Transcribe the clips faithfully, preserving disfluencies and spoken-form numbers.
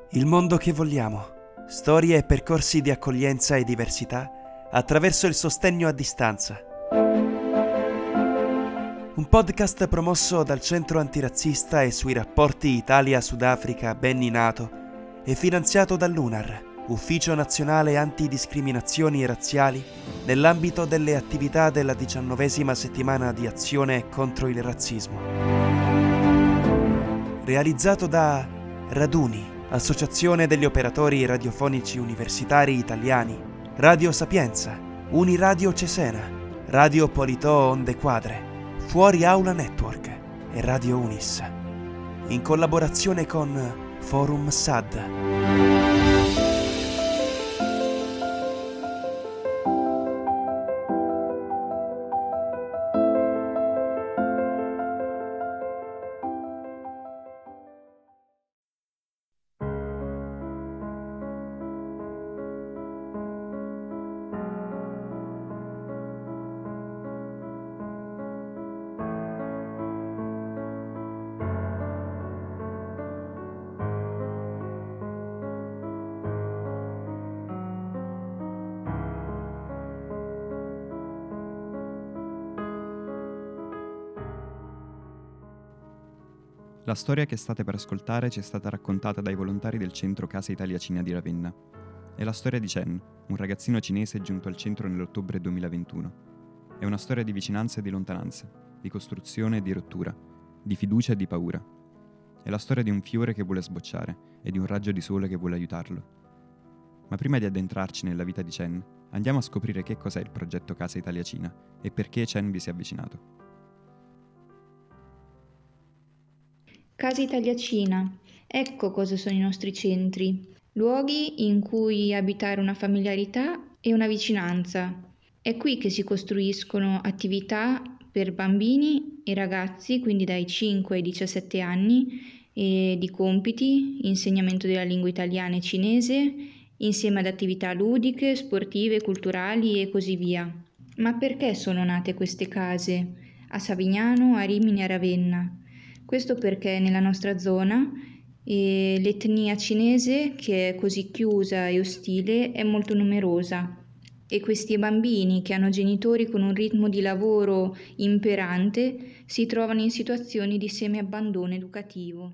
Il mondo che vogliamo. Storie e percorsi di accoglienza e diversità attraverso il sostegno a distanza. Un podcast promosso dal Centro Antirazzista e sui rapporti Italia-Sudafrica Benni Nato e finanziato dall'UNAR, Ufficio Nazionale Antidiscriminazioni Razziali, nell'ambito delle attività della diciannovesima settimana di azione contro il razzismo. Realizzato da Raduni, Associazione degli Operatori Radiofonici Universitari Italiani, Radio Sapienza, Uniradio Cesena, Radio Politò Onde Quadre, Fuori Aula Network e Radio Unis, in collaborazione con Forum S A D. La storia che state per ascoltare ci è stata raccontata dai volontari del centro Casa Italia Cina di Ravenna. È la storia di Chen, un ragazzino cinese giunto al centro nell'ottobre duemilaventuno. È una storia di vicinanza e di lontananze, di costruzione e di rottura, di fiducia e di paura. È la storia di un fiore che vuole sbocciare e di un raggio di sole che vuole aiutarlo. Ma prima di addentrarci nella vita di Chen, andiamo a scoprire che cos'è il progetto Casa Italia Cina e perché Chen vi si è avvicinato. Casa Italia Cina, ecco cosa sono i nostri centri, luoghi in cui abitare una familiarità e una vicinanza. È qui che si costruiscono attività per bambini e ragazzi, quindi dai cinque ai diciassette anni, e di compiti, insegnamento della lingua italiana e cinese, insieme ad attività ludiche, sportive, culturali e così via. Ma perché sono nate queste case? A Savignano, a Rimini e a Ravenna? Questo perché nella nostra zona eh, l'etnia cinese, che è così chiusa e ostile, è molto numerosa e questi bambini che hanno genitori con un ritmo di lavoro imperante si trovano in situazioni di semi-abbandono educativo.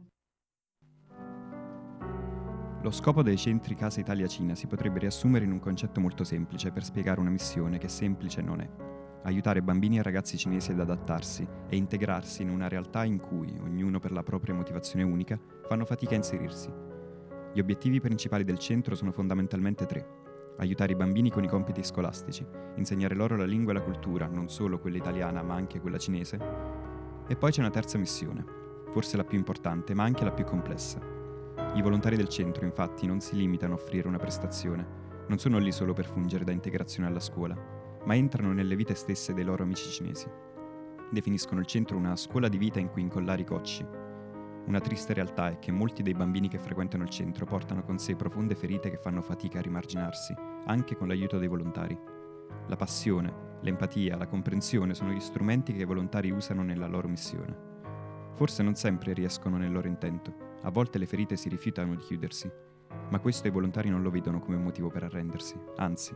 Lo scopo dei centri Casa Italia Cina si potrebbe riassumere in un concetto molto semplice per spiegare una missione che semplice non è. Aiutare bambini e ragazzi cinesi ad adattarsi e integrarsi in una realtà in cui, ognuno per la propria motivazione unica, fanno fatica a inserirsi. Gli obiettivi principali del centro sono fondamentalmente tre. Aiutare i bambini con i compiti scolastici, insegnare loro la lingua e la cultura, non solo quella italiana ma anche quella cinese. E poi c'è una terza missione, forse la più importante ma anche la più complessa. I volontari del centro, infatti, non si limitano a offrire una prestazione, non sono lì solo per fungere da integrazione alla scuola, ma entrano nelle vite stesse dei loro amici cinesi. Definiscono il centro una scuola di vita in cui incollare i cocci. Una triste realtà è che molti dei bambini che frequentano il centro portano con sé profonde ferite che fanno fatica a rimarginarsi, anche con l'aiuto dei volontari. La passione, l'empatia, la comprensione sono gli strumenti che i volontari usano nella loro missione. Forse non sempre riescono nel loro intento, a volte le ferite si rifiutano di chiudersi, ma questo i volontari non lo vedono come un motivo per arrendersi, anzi.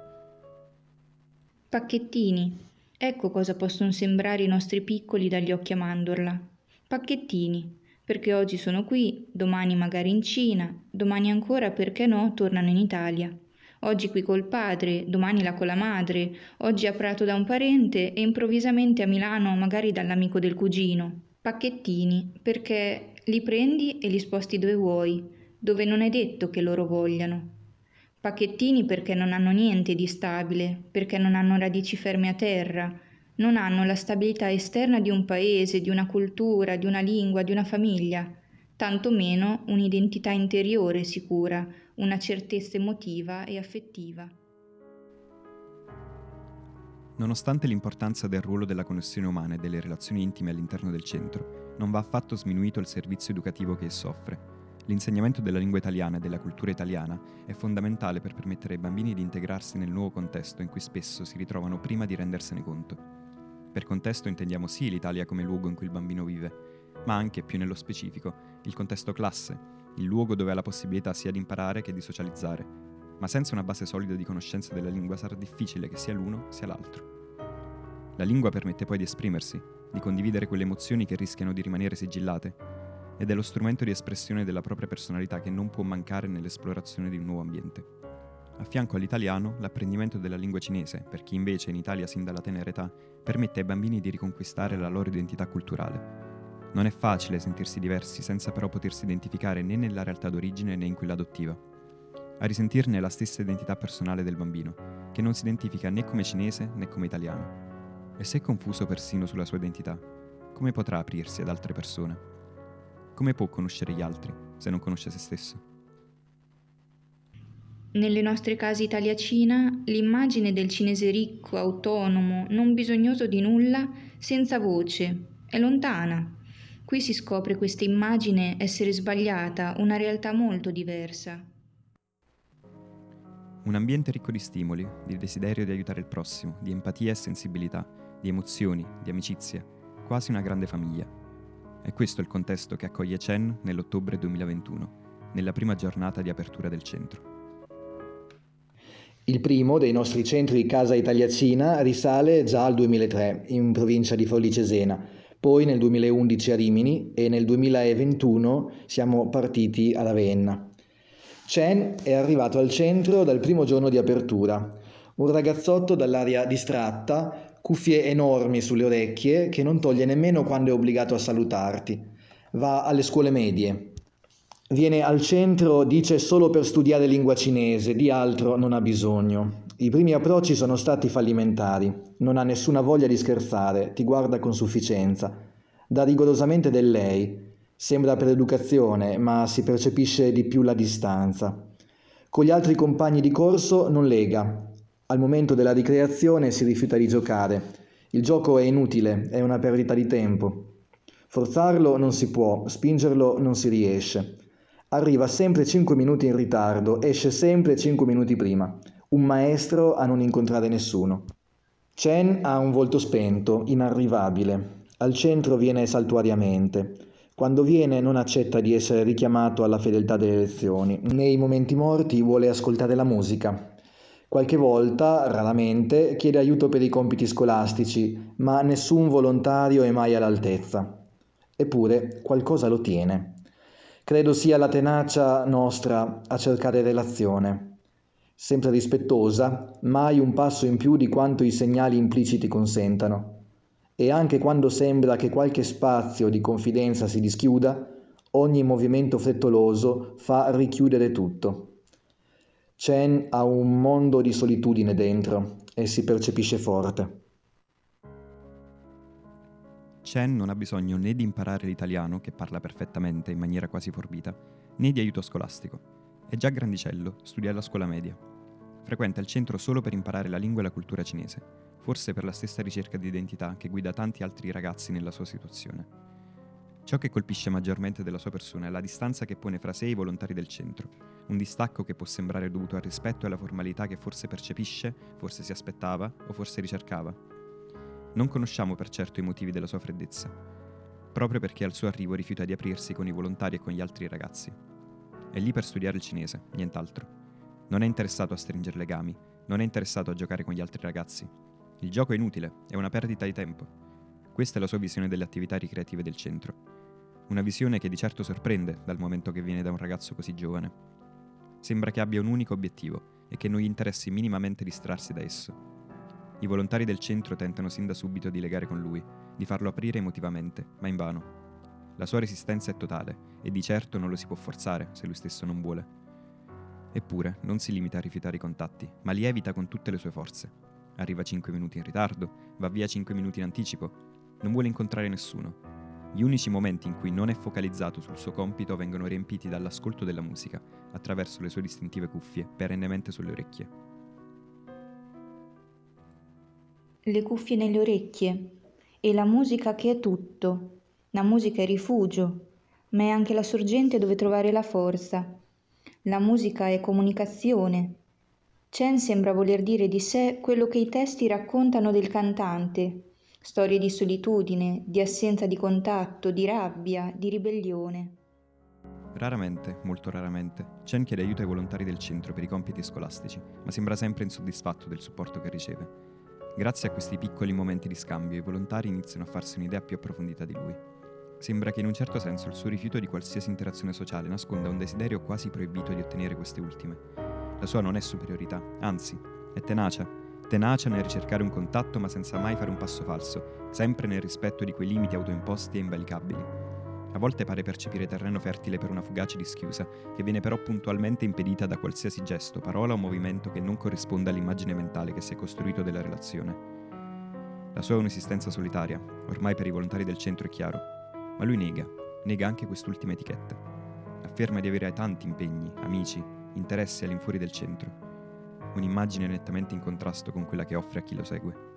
Pacchettini. Ecco cosa possono sembrare i nostri piccoli dagli occhi a mandorla. Pacchettini, perché oggi sono qui, domani magari in Cina, domani ancora, perché no, tornano in Italia. Oggi qui col padre, domani là con la madre, oggi a Prato da un parente e improvvisamente a Milano magari dall'amico del cugino. Pacchettini, perché li prendi e li sposti dove vuoi, dove non è detto che loro vogliano. Pacchettini perché non hanno niente di stabile, perché non hanno radici ferme a terra, non hanno la stabilità esterna di un paese, di una cultura, di una lingua, di una famiglia, tanto meno un'identità interiore sicura, una certezza emotiva e affettiva. Nonostante l'importanza del ruolo della connessione umana e delle relazioni intime all'interno del centro, non va affatto sminuito il servizio educativo che esso offre. L'insegnamento della lingua italiana e della cultura italiana è fondamentale per permettere ai bambini di integrarsi nel nuovo contesto in cui spesso si ritrovano prima di rendersene conto. Per contesto intendiamo sì l'Italia come luogo in cui il bambino vive, ma anche, più nello specifico, il contesto classe, il luogo dove ha la possibilità sia di imparare che di socializzare, ma senza una base solida di conoscenza della lingua sarà difficile che sia l'uno sia l'altro. La lingua permette poi di esprimersi, di condividere quelle emozioni che rischiano di rimanere sigillate, ed è lo strumento di espressione della propria personalità che non può mancare nell'esplorazione di un nuovo ambiente. A fianco all'italiano, l'apprendimento della lingua cinese, per chi invece in Italia sin dalla tenera età, permette ai bambini di riconquistare la loro identità culturale. Non è facile sentirsi diversi senza però potersi identificare né nella realtà d'origine né in quella adottiva. A risentirne è la stessa identità personale del bambino, che non si identifica né come cinese né come italiano. E se è confuso persino sulla sua identità, come potrà aprirsi ad altre persone? Come può conoscere gli altri se non conosce se stesso? Nelle nostre case Italia-Cina, l'immagine del cinese ricco, autonomo, non bisognoso di nulla, senza voce, è lontana. Qui si scopre questa immagine essere sbagliata, una realtà molto diversa. Un ambiente ricco di stimoli, di desiderio di aiutare il prossimo, di empatia e sensibilità, di emozioni, di amicizie, quasi una grande famiglia. È questo il contesto che accoglie Chen nell'ottobre duemilaventuno, nella prima giornata di apertura del centro. Il primo dei nostri centri Casa Italia-Cina risale già al duemilatré, in provincia di Forlì Cesena, poi nel duemilaundici a Rimini e nel duemilaventuno siamo partiti a Ravenna. Chen è arrivato al centro dal primo giorno di apertura, un ragazzotto dall'aria distratta, cuffie enormi sulle orecchie che non toglie nemmeno quando è obbligato a salutarti. Va alle scuole medie. Viene al centro, dice, solo per studiare lingua cinese, di altro non ha bisogno. I primi approcci sono stati fallimentari, non ha nessuna voglia di scherzare, ti guarda con sufficienza, dà rigorosamente del lei, sembra per educazione, ma si percepisce di più la distanza. Con gli altri compagni di corso non lega, al momento della ricreazione si rifiuta di giocare, il gioco è inutile, è una perdita di tempo. Forzarlo non si può, spingerlo non si riesce. Arriva sempre cinque minuti in ritardo, esce sempre cinque minuti prima. Un maestro a non incontrare nessuno. Chen ha un volto spento, inarrivabile. Al centro viene saltuariamente. Quando viene non accetta di essere richiamato alla fedeltà delle lezioni. Nei momenti morti vuole ascoltare la musica. Qualche volta, raramente, chiede aiuto per i compiti scolastici, ma nessun volontario è mai all'altezza. Eppure qualcosa lo tiene. Credo sia la tenacia nostra a cercare relazione, sempre rispettosa, mai un passo in più di quanto i segnali impliciti consentano. E anche quando sembra che qualche spazio di confidenza si dischiuda, ogni movimento frettoloso fa richiudere tutto. Chen ha un mondo di solitudine dentro e si percepisce forte. Chen non ha bisogno né di imparare l'italiano, che parla perfettamente in maniera quasi forbita, né di aiuto scolastico. È già grandicello, studia alla scuola media. Frequenta il centro solo per imparare la lingua e la cultura cinese, forse per la stessa ricerca di identità che guida tanti altri ragazzi nella sua situazione. Ciò che colpisce maggiormente della sua persona è la distanza che pone fra sé e i volontari del centro, un distacco che può sembrare dovuto al rispetto e alla formalità che forse percepisce, forse si aspettava o forse ricercava. Non conosciamo per certo i motivi della sua freddezza, proprio perché al suo arrivo rifiuta di aprirsi con i volontari e con gli altri ragazzi. È lì per studiare il cinese, nient'altro. Non è interessato a stringere legami, non è interessato a giocare con gli altri ragazzi. Il gioco è inutile, è una perdita di tempo. Questa è la sua visione delle attività ricreative del centro. Una visione che di certo sorprende dal momento che viene da un ragazzo così giovane. Sembra che abbia un unico obiettivo e che non gli interessi minimamente distrarsi da esso. I volontari del centro tentano sin da subito di legare con lui, di farlo aprire emotivamente, ma invano. La sua resistenza è totale e di certo non lo si può forzare se lui stesso non vuole. Eppure non si limita a rifiutare i contatti, ma li evita con tutte le sue forze. Arriva cinque minuti in ritardo, va via cinque minuti in anticipo, non vuole incontrare nessuno. Gli unici momenti in cui non è focalizzato sul suo compito vengono riempiti dall'ascolto della musica, attraverso le sue distintive cuffie, perennemente sulle orecchie. Le cuffie nelle orecchie e la musica che è tutto. La musica è rifugio, ma è anche la sorgente dove trovare la forza. La musica è comunicazione. Chen sembra voler dire di sé quello che i testi raccontano del cantante, storie di solitudine, di assenza di contatto, di rabbia, di ribellione. Raramente, molto raramente, Chen chiede aiuto ai volontari del centro per i compiti scolastici, ma sembra sempre insoddisfatto del supporto che riceve. Grazie a questi piccoli momenti di scambio, i volontari iniziano a farsi un'idea più approfondita di lui. Sembra che in un certo senso il suo rifiuto di qualsiasi interazione sociale nasconda un desiderio quasi proibito di ottenere queste ultime. La sua non è superiorità, anzi, è tenacia. Tenacia nel ricercare un contatto ma senza mai fare un passo falso, sempre nel rispetto di quei limiti autoimposti e invalicabili. A volte pare percepire terreno fertile per una fugace dischiusa, che viene però puntualmente impedita da qualsiasi gesto, parola o movimento che non corrisponda all'immagine mentale che si è costruito della relazione. La sua è un'esistenza solitaria, ormai per i volontari del centro è chiaro, ma lui nega, nega anche quest'ultima etichetta. Afferma di avere tanti impegni, amici, interessi all'infuori del centro. Un'immagine nettamente in contrasto con quella che offre a chi lo segue.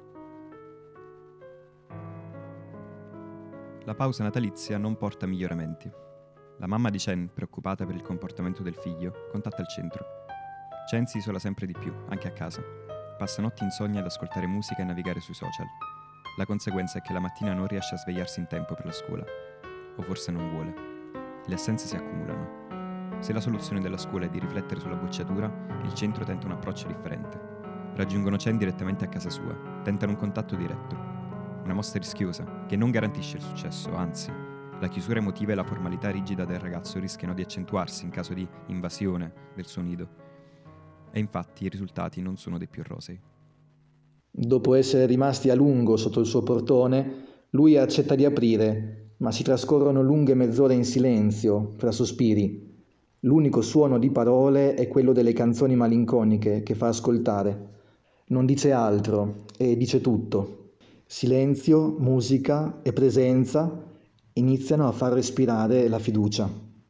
La pausa natalizia non porta miglioramenti. La mamma di Chen, preoccupata per il comportamento del figlio, contatta il centro. Chen si isola sempre di più, anche a casa. Passa notti insonni ad ascoltare musica e navigare sui social. La conseguenza è che la mattina non riesce a svegliarsi in tempo per la scuola. O forse non vuole. Le assenze si accumulano. Se la soluzione della scuola è di riflettere sulla bocciatura, il centro tenta un approccio differente. Raggiungono Chen direttamente a casa sua, tentano un contatto diretto. Una mossa rischiosa, che non garantisce il successo, anzi, la chiusura emotiva e la formalità rigida del ragazzo rischiano di accentuarsi in caso di invasione del suo nido. E infatti i risultati non sono dei più rosei. Dopo essere rimasti a lungo sotto il suo portone, lui accetta di aprire, ma si trascorrono lunghe mezz'ore in silenzio, fra sospiri. L'unico suono di parole è quello delle canzoni malinconiche che fa ascoltare. Non dice altro e dice tutto. Silenzio, musica e presenza iniziano a far respirare la fiducia.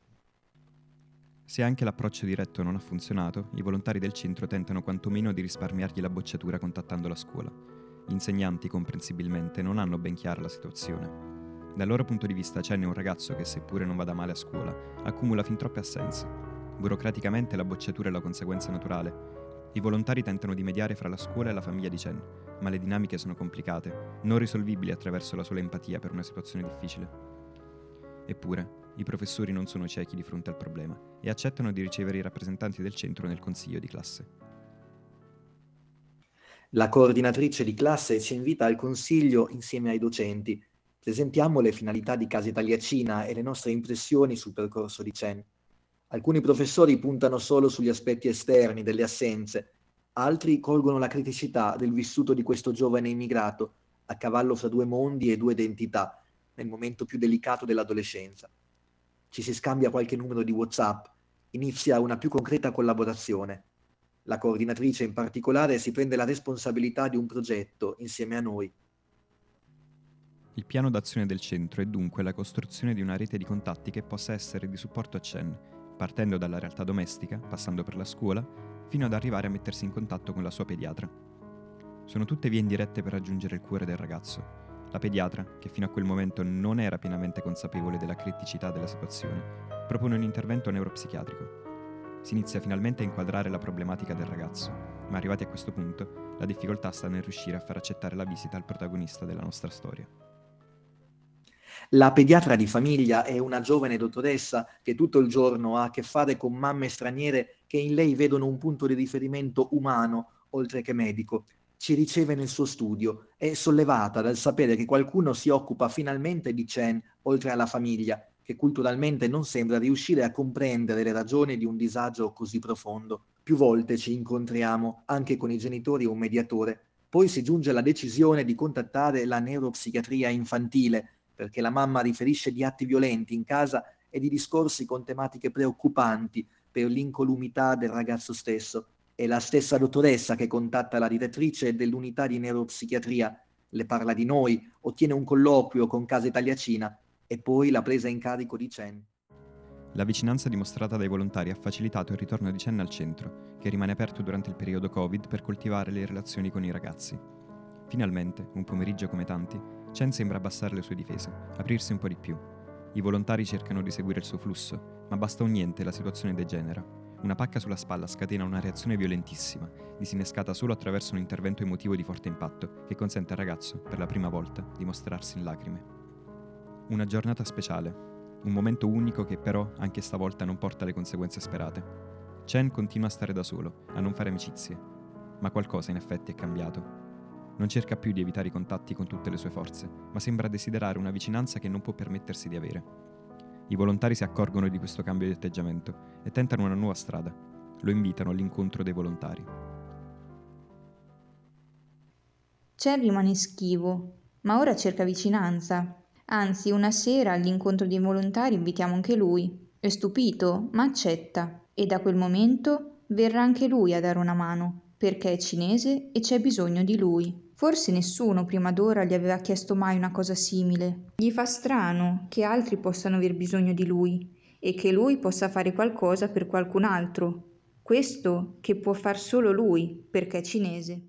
Se anche l'approccio diretto non ha funzionato, i volontari del centro tentano quantomeno di risparmiargli la bocciatura contattando la scuola. Gli insegnanti, comprensibilmente, non hanno ben chiara la situazione. Dal loro punto di vista Chen è un ragazzo che, seppure non vada male a scuola, accumula fin troppe assenze. Burocraticamente la bocciatura è la conseguenza naturale. I volontari tentano di mediare fra la scuola e la famiglia di Chen, ma le dinamiche sono complicate, non risolvibili attraverso la sola empatia per una situazione difficile. Eppure, i professori non sono ciechi di fronte al problema e accettano di ricevere i rappresentanti del centro nel consiglio di classe. La coordinatrice di classe ci invita al consiglio insieme ai docenti. Presentiamo le finalità di Casa Italiacina e le nostre impressioni sul percorso di Chen. Alcuni professori puntano solo sugli aspetti esterni delle assenze, altri colgono la criticità del vissuto di questo giovane immigrato, a cavallo fra due mondi e due identità, nel momento più delicato dell'adolescenza. Ci si scambia qualche numero di WhatsApp, inizia una più concreta collaborazione. La coordinatrice in particolare si prende la responsabilità di un progetto insieme a noi. Il piano d'azione del centro è dunque la costruzione di una rete di contatti che possa essere di supporto a Chen, partendo dalla realtà domestica, passando per la scuola, fino ad arrivare a mettersi in contatto con la sua pediatra. Sono tutte vie indirette per raggiungere il cuore del ragazzo. La pediatra, che fino a quel momento non era pienamente consapevole della criticità della situazione, propone un intervento neuropsichiatrico. Si inizia finalmente a inquadrare la problematica del ragazzo, ma arrivati a questo punto, la difficoltà sta nel riuscire a far accettare la visita al protagonista della nostra storia. La pediatra di famiglia è una giovane dottoressa che tutto il giorno ha a che fare con mamme straniere che in lei vedono un punto di riferimento umano, oltre che medico. Ci riceve nel suo studio, è sollevata dal sapere che qualcuno si occupa finalmente di Chen, oltre alla famiglia, che culturalmente non sembra riuscire a comprendere le ragioni di un disagio così profondo. Più volte ci incontriamo, anche con i genitori e un mediatore. Poi si giunge alla decisione di contattare la neuropsichiatria infantile, perché la mamma riferisce di atti violenti in casa e di discorsi con tematiche preoccupanti per l'incolumità del ragazzo stesso. È la stessa dottoressa che contatta la direttrice dell'unità di neuropsichiatria, le parla di noi, ottiene un colloquio con Casa Italiacina e poi la presa in carico di Chen. La vicinanza dimostrata dai volontari ha facilitato il ritorno di Chen al centro, che rimane aperto durante il periodo Covid per coltivare le relazioni con i ragazzi. Finalmente, un pomeriggio come tanti, Chen sembra abbassare le sue difese, aprirsi un po' di più. I volontari cercano di seguire il suo flusso, ma basta un niente e la situazione degenera. Una pacca sulla spalla scatena una reazione violentissima, disinnescata solo attraverso un intervento emotivo di forte impatto, che consente al ragazzo, per la prima volta, di mostrarsi in lacrime. Una giornata speciale. Un momento unico che però, anche stavolta, non porta le conseguenze sperate. Chen continua a stare da solo, a non fare amicizie. Ma qualcosa in effetti è cambiato. Non cerca più di evitare i contatti con tutte le sue forze, ma sembra desiderare una vicinanza che non può permettersi di avere. I volontari si accorgono di questo cambio di atteggiamento e tentano una nuova strada. Lo invitano all'incontro dei volontari. Chen rimane schivo, ma ora cerca vicinanza. Anzi, una sera all'incontro dei volontari invitiamo anche lui. È stupito, ma accetta. E da quel momento verrà anche lui a dare una mano, perché è cinese e c'è bisogno di lui. Forse nessuno prima d'ora gli aveva chiesto mai una cosa simile. Gli fa strano che altri possano aver bisogno di lui e che lui possa fare qualcosa per qualcun altro. Questo che può far solo lui, perché è cinese.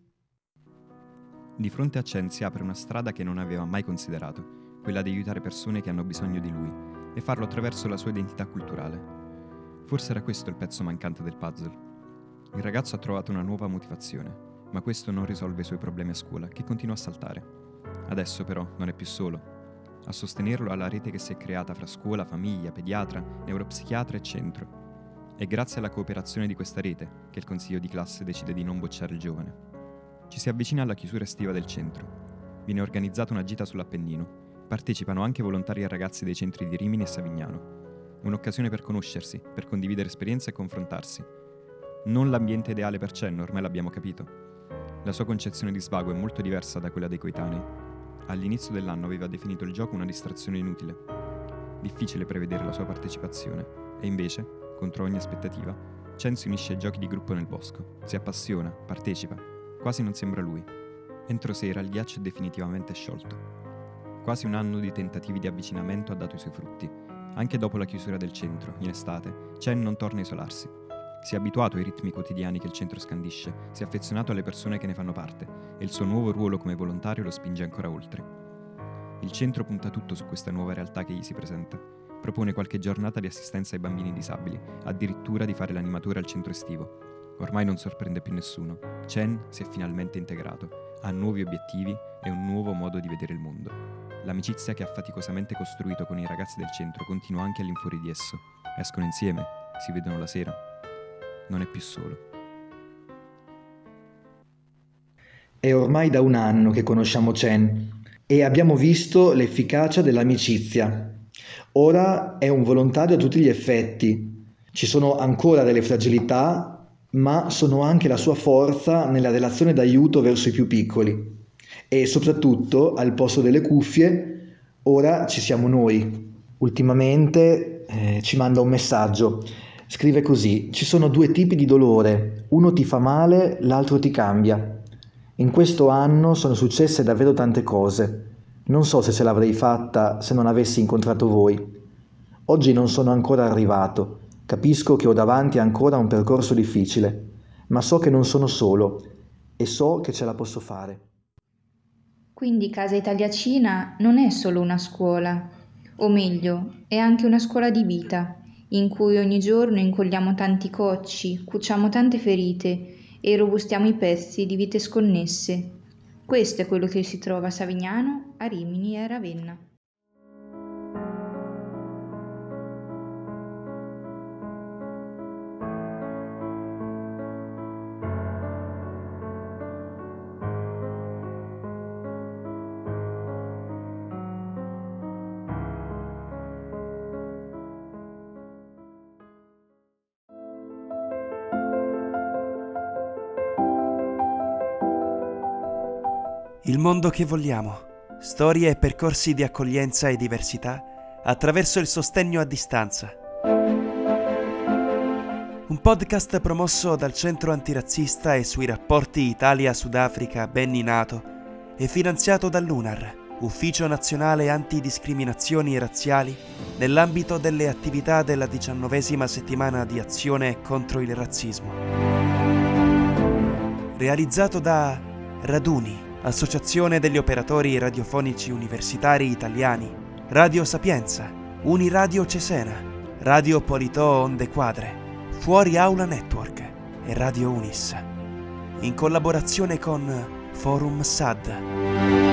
Di fronte a Chen si apre una strada che non aveva mai considerato, quella di aiutare persone che hanno bisogno di lui, e farlo attraverso la sua identità culturale. Forse era questo il pezzo mancante del puzzle. Il ragazzo ha trovato una nuova motivazione, ma questo non risolve i suoi problemi a scuola, che continua a saltare. Adesso però non è più solo. A sostenerlo ha la rete che si è creata fra scuola, famiglia, pediatra, neuropsichiatra e centro. È grazie alla cooperazione di questa rete che il consiglio di classe decide di non bocciare il giovane. Ci si avvicina alla chiusura estiva del centro. Viene organizzata una gita sull'Appennino. Partecipano anche volontari e ragazzi dei centri di Rimini e Savignano. Un'occasione per conoscersi, per condividere esperienze e confrontarsi. Non l'ambiente ideale per Chen, ormai l'abbiamo capito. La sua concezione di svago è molto diversa da quella dei coetanei. All'inizio dell'anno aveva definito il gioco una distrazione inutile. Difficile prevedere la sua partecipazione. E invece, contro ogni aspettativa, Chen si unisce ai giochi di gruppo nel bosco. Si appassiona, partecipa. Quasi non sembra lui. Entro sera il ghiaccio è definitivamente sciolto. Quasi un anno di tentativi di avvicinamento ha dato i suoi frutti. Anche dopo la chiusura del centro, in estate, Chen non torna a isolarsi. Si è abituato ai ritmi quotidiani che il centro scandisce, si è affezionato alle persone che ne fanno parte e il suo nuovo ruolo come volontario lo spinge ancora oltre. Il centro punta tutto su questa nuova realtà che gli si presenta. Propone qualche giornata di assistenza ai bambini disabili, addirittura di fare l'animatore al centro estivo. Ormai non sorprende più nessuno. Chen si è finalmente integrato, ha nuovi obiettivi e un nuovo modo di vedere il mondo. L'amicizia che ha faticosamente costruito con i ragazzi del centro continua anche all'infuori di esso. Escono insieme, si vedono la sera. Non è più solo. È ormai da un anno che conosciamo Chen e abbiamo visto l'efficacia dell'amicizia. Ora è un volontario a tutti gli effetti. Ci sono ancora delle fragilità, ma sono anche la sua forza nella relazione d'aiuto verso i più piccoli. E soprattutto, al posto delle cuffie, ora ci siamo noi. Ultimamente eh, ci manda un messaggio. Scrive così: ci sono due tipi di dolore, uno ti fa male, l'altro ti cambia. In questo anno sono successe davvero tante cose. Non so se ce l'avrei fatta se non avessi incontrato voi. Oggi non sono ancora arrivato. Capisco che ho davanti ancora un percorso difficile, ma so che non sono solo e so che ce la posso fare. Quindi Casa Italia-Cina non è solo una scuola, o meglio, è anche una scuola di vita, in cui ogni giorno incolliamo tanti cocci, cuciamo tante ferite e robustiamo i pezzi di vite sconnesse. Questo è quello che si trova a Savignano, a Rimini e a Ravenna. Il mondo che vogliamo. Storie e percorsi di accoglienza e diversità attraverso il sostegno a distanza. Un podcast promosso dal Centro Antirazzista e sui rapporti Italia-Sudafrica Benni Nato e finanziato dall'U N A R, Ufficio Nazionale Antidiscriminazioni Razziali, nell'ambito delle attività della diciannovesima settimana di azione contro il razzismo. Realizzato da Raduni, Associazione degli Operatori Radiofonici Universitari Italiani, Radio Sapienza, Uniradio Cesena, Radio Politò Onde Quadre, Fuori Aula Network e Radio Unis, in collaborazione con Forum S A D.